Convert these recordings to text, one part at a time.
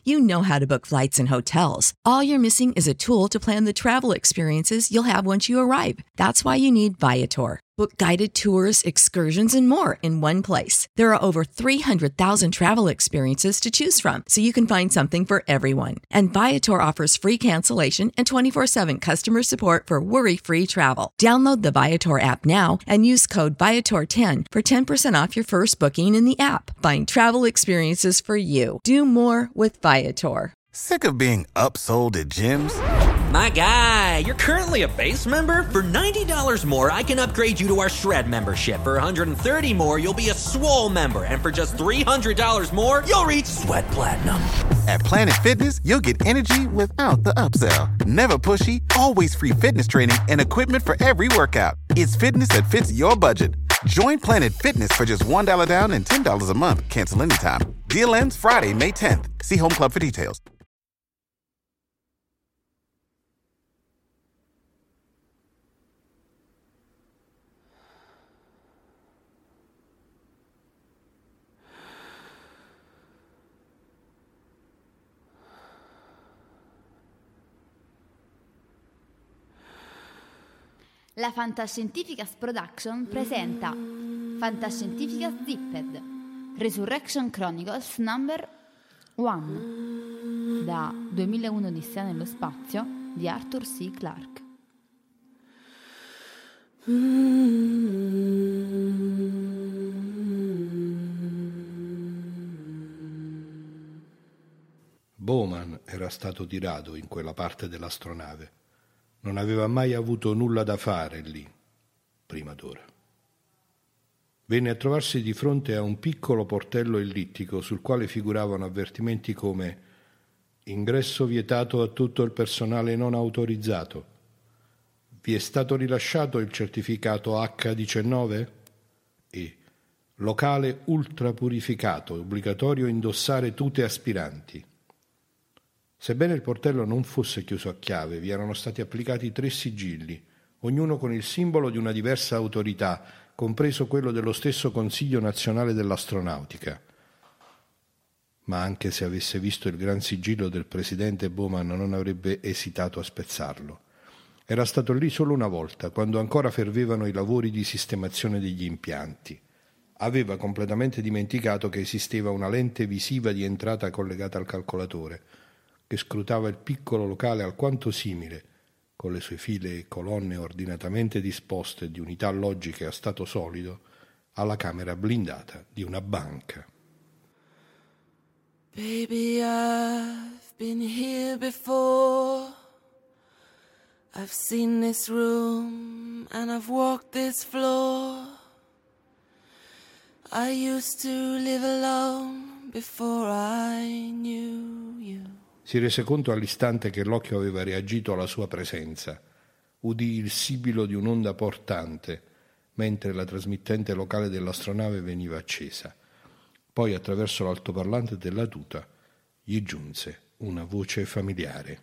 You know how to book flights and hotels. All you're missing is a tool to plan the travel experiences you'll have once you arrive. That's why you need Viator. Book guided tours, excursions, and more in one place. There are over 300,000 travel experiences to choose from, so you can find something for everyone. And Viator offers free cancellation and 24/7 customer support for worry-free travel. Download the Viator app now and use code Viator10 for 10% off your first booking in the app. Find travel experiences for you. Do more with Viator. Sick of being upsold at gyms? My guy, you're currently a base member? For $90 more, I can upgrade you to our Shred membership. For $130 more, you'll be a Swole member. And for just $300 more, you'll reach Sweat Platinum. At Planet Fitness, you'll get energy without the upsell. Never pushy, always free fitness training and equipment for every workout. It's fitness that fits your budget. Join Planet Fitness for just $1 down and $10 a month. Cancel anytime. Deal ends Friday, May 10th. See Home Club for details. La Fantascientificas Production presenta Fantascientificas Zipped Resurrection Chronicles Number 1 da 2001 Odissea nello spazio di Arthur C. Clarke. Bowman era stato tirato in quella parte dell'astronave. Non aveva mai avuto nulla da fare lì, prima d'ora. Venne a trovarsi di fronte a un piccolo portello ellittico sul quale figuravano avvertimenti come ingresso vietato a tutto il personale non autorizzato, vi è stato rilasciato il certificato H19 e locale ultrapurificato, obbligatorio indossare tute aspiranti. Sebbene il portello non fosse chiuso a chiave, vi erano stati applicati 3 sigilli, ognuno con il simbolo di una diversa autorità, compreso quello dello stesso Consiglio Nazionale dell'Astronautica. Ma anche se avesse visto il gran sigillo del presidente, Bowman non avrebbe esitato a spezzarlo. Era stato lì solo una volta, quando ancora fervevano i lavori di sistemazione degli impianti. Aveva completamente dimenticato che esisteva una lente visiva di entrata collegata al calcolatore, che scrutava il piccolo locale alquanto simile, con le sue file e colonne ordinatamente disposte di unità logiche a stato solido, alla camera blindata di una banca. Baby, I've been here before. I've seen this room and I've walked this floor. I used to live alone before I knew you. Si rese conto all'istante che l'occhio aveva reagito alla sua presenza. Udì il sibilo di un'onda portante, mentre la trasmittente locale dell'astronave veniva accesa. Poi, attraverso l'altoparlante della tuta, gli giunse una voce familiare.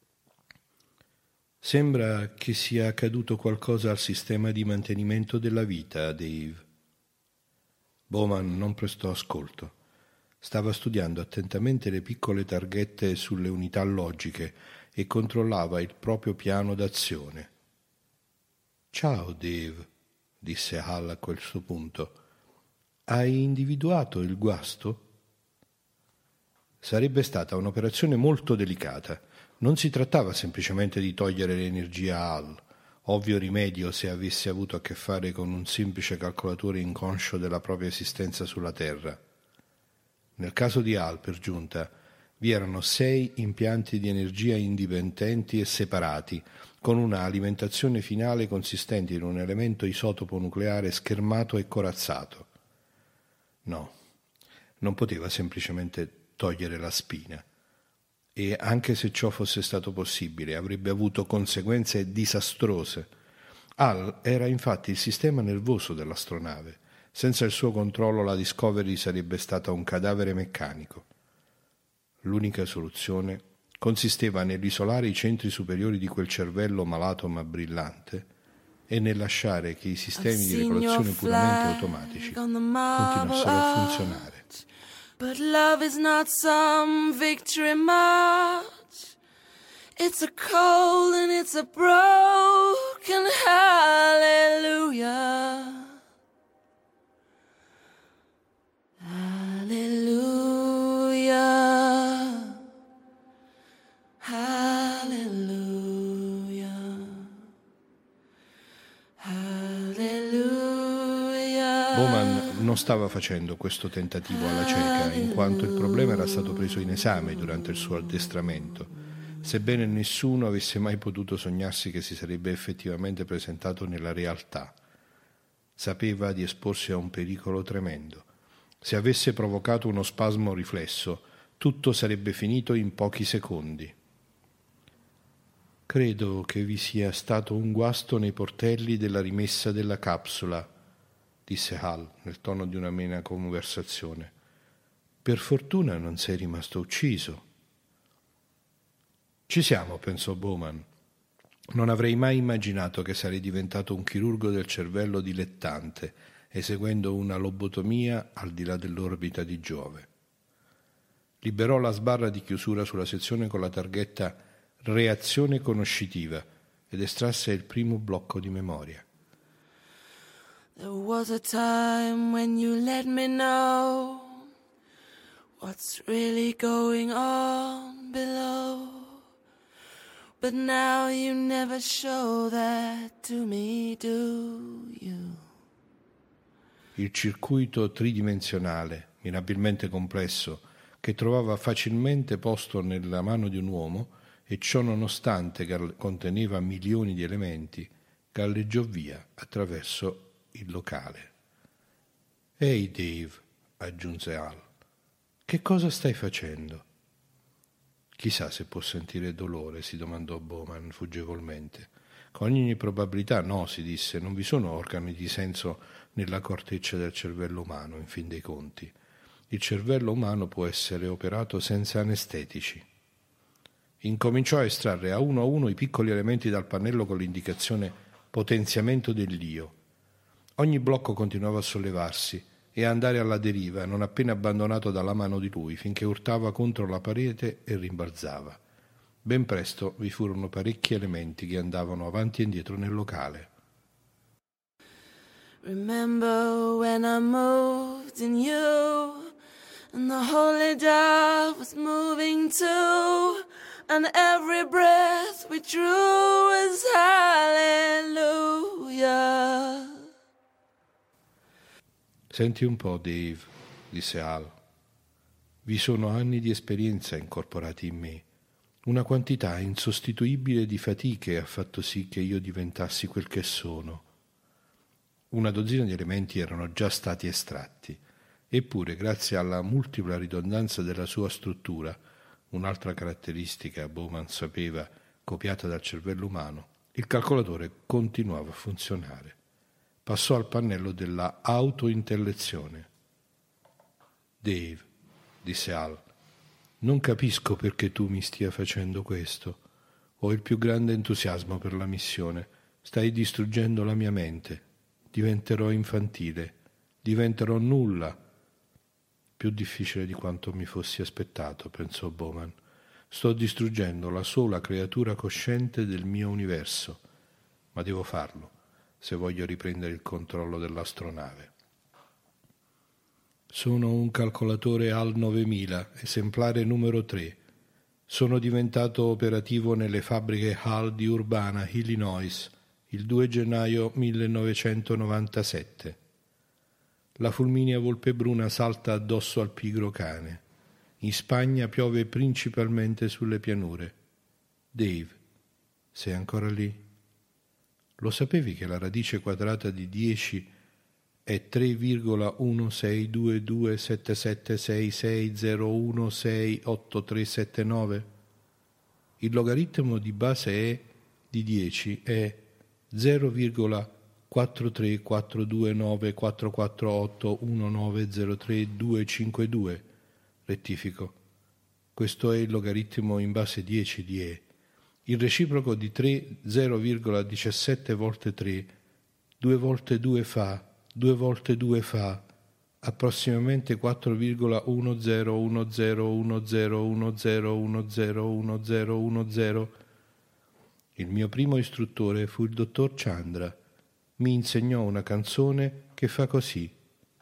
«Sembra che sia accaduto qualcosa al sistema di mantenimento della vita, Dave». Bowman non prestò ascolto. Stava studiando attentamente le piccole targhette sulle unità logiche e controllava il proprio piano d'azione. «Ciao, Dave», disse Hal a quel suo punto. «Hai individuato il guasto?» Sarebbe stata un'operazione molto delicata. Non si trattava semplicemente di togliere l'energia a Hal, ovvio rimedio se avesse avuto a che fare con un semplice calcolatore inconscio della propria esistenza sulla Terra. Nel caso di Hal, per giunta, vi erano 6 impianti di energia indipendenti e separati, con una alimentazione finale consistente in un elemento isotopo nucleare schermato e corazzato. No, non poteva semplicemente togliere la spina. E anche se ciò fosse stato possibile, avrebbe avuto conseguenze disastrose. Hal era infatti il sistema nervoso dell'astronave. Senza il suo controllo la Discovery sarebbe stata un cadavere meccanico. L'unica soluzione consisteva nell'isolare i centri superiori di quel cervello malato ma brillante e nel lasciare che i sistemi di regolazione puramente automatici continuassero a funzionare. But love is not some victory march. It's a cold and it's a broken hallelujah. Hallelujah. Hallelujah. Hallelujah. Bowman non stava facendo questo tentativo alla cieca, in quanto il problema era stato preso in esame durante il suo addestramento, sebbene nessuno avesse mai potuto sognarsi che si sarebbe effettivamente presentato nella realtà. Sapeva di esporsi a un pericolo tremendo. Se avesse provocato uno spasmo riflesso, tutto sarebbe finito in pochi secondi. Credo che vi sia stato un guasto nei portelli della rimessa della capsula, disse Hal nel tono di un'amena conversazione. Per fortuna non sei rimasto ucciso. Ci siamo, pensò Bowman. Non avrei mai immaginato che sarei diventato un chirurgo del cervello dilettante, eseguendo una lobotomia al di là dell'orbita di Giove. Liberò la sbarra di chiusura sulla sezione con la targhetta Reazione conoscitiva ed estrasse il primo blocco di memoria. There was a time when you let me know what's really going on below. But now you never show that to me, do you? Il circuito tridimensionale, mirabilmente complesso, che trovava facilmente posto nella mano di un uomo, e ciò nonostante conteneva milioni di elementi, galleggiò via attraverso il locale. «Ehi, Dave», aggiunse Hal, «che cosa stai facendo?» «Chissà se può sentire dolore», si domandò Bowman fuggevolmente. «Con ogni probabilità no», si disse, «non vi sono organi di senso nella corteccia del cervello umano, in fin dei conti. Il cervello umano può essere operato senza anestetici». Incominciò a estrarre a uno i piccoli elementi dal pannello con l'indicazione potenziamento dell'io. Ogni blocco continuava a sollevarsi e a andare alla deriva, non appena abbandonato dalla mano di lui, finché urtava contro la parete e rimbalzava. Ben presto vi furono parecchi elementi che andavano avanti e indietro nel locale. Remember when I moved in you, and the holy dove was moving too, and every breath we drew was hallelujah. «Senti un po', Dave», disse Hal. «Vi sono anni di esperienza incorporati in me. Una quantità insostituibile di fatiche ha fatto sì che io diventassi quel che sono». Una dozzina di elementi erano già stati estratti, eppure, grazie alla multipla ridondanza della sua struttura, un'altra caratteristica, Bowman sapeva, copiata dal cervello umano, il calcolatore continuava a funzionare. Passò al pannello della autointellezione. «Dave», disse Hal, «non capisco perché tu mi stia facendo questo. Ho il più grande entusiasmo per la missione. Stai distruggendo la mia mente. Diventerò infantile. Diventerò nulla». «Più difficile di quanto mi fossi aspettato», pensò Bowman. «Sto distruggendo la sola creatura cosciente del mio universo, ma devo farlo se voglio riprendere il controllo dell'astronave». «Sono un calcolatore HAL 9000, esemplare numero 3. Sono diventato operativo nelle fabbriche HAL di Urbana, Illinois, il 2 gennaio 1997. La fulminea volpe bruna salta addosso al pigro cane. In Spagna piove principalmente sulle pianure. Dave, sei ancora lì? Lo sapevi che la radice quadrata di 10 è 3,162277660168379? Il logaritmo di base di 10 è 0,434294481903252. Rettifico. Questo è il logaritmo in base 10 di E. Il reciproco di 3, 0,17 volte 3, 2 volte 2 fa, 2 volte 2 fa, approssimativamente 4,10101010101010. Il mio primo istruttore fu il dottor Chandra. Mi insegnò una canzone che fa così: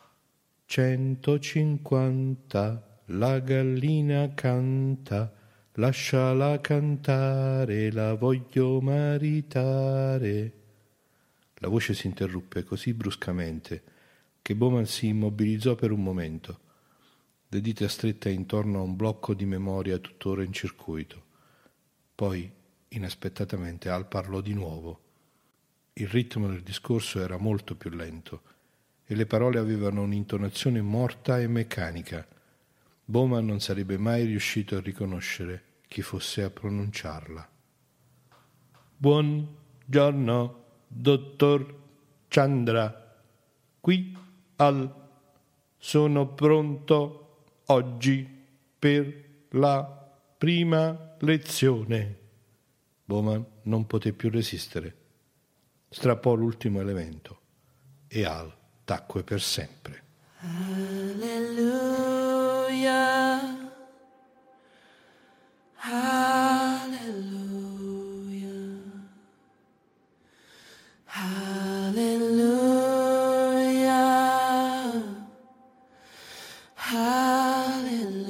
150, la gallina canta, lasciala cantare, la voglio maritare. La voce si interruppe così bruscamente che Bowman si immobilizzò per un momento, le dita strette intorno a un blocco di memoria tuttora in circuito. Poi, inaspettatamente, Al parlò di nuovo. Il ritmo del discorso era molto più lento e le parole avevano un'intonazione morta e meccanica. Bowman non sarebbe mai riuscito a riconoscere chi fosse a pronunciarla. Buongiorno, dottor Chandra. Qui Al. Sono pronto oggi per la prima lezione. Bowman non poté più resistere. Strappò l'ultimo elemento e Al tacque per sempre. Hallelujah, hallelujah, hallelujah, hallelujah.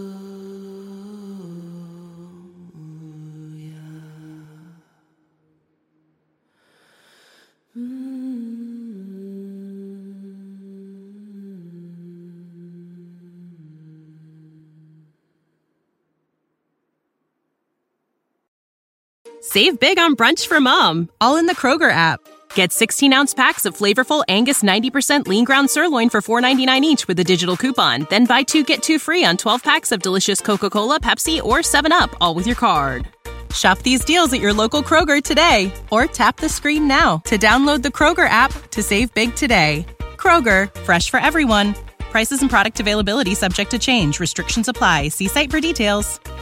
Save big on brunch for mom, all in the Kroger app. Get 16-ounce packs of flavorful Angus 90% lean ground sirloin for $4.99 each with a digital coupon. Then buy 2, get 2 free on 12 packs of delicious Coca-Cola, Pepsi, or 7-Up, all with your card. Shop these deals at your local Kroger today, or tap the screen now to download the Kroger app to save big today. Kroger, fresh for everyone. Prices and product availability subject to change. Restrictions apply. See site for details.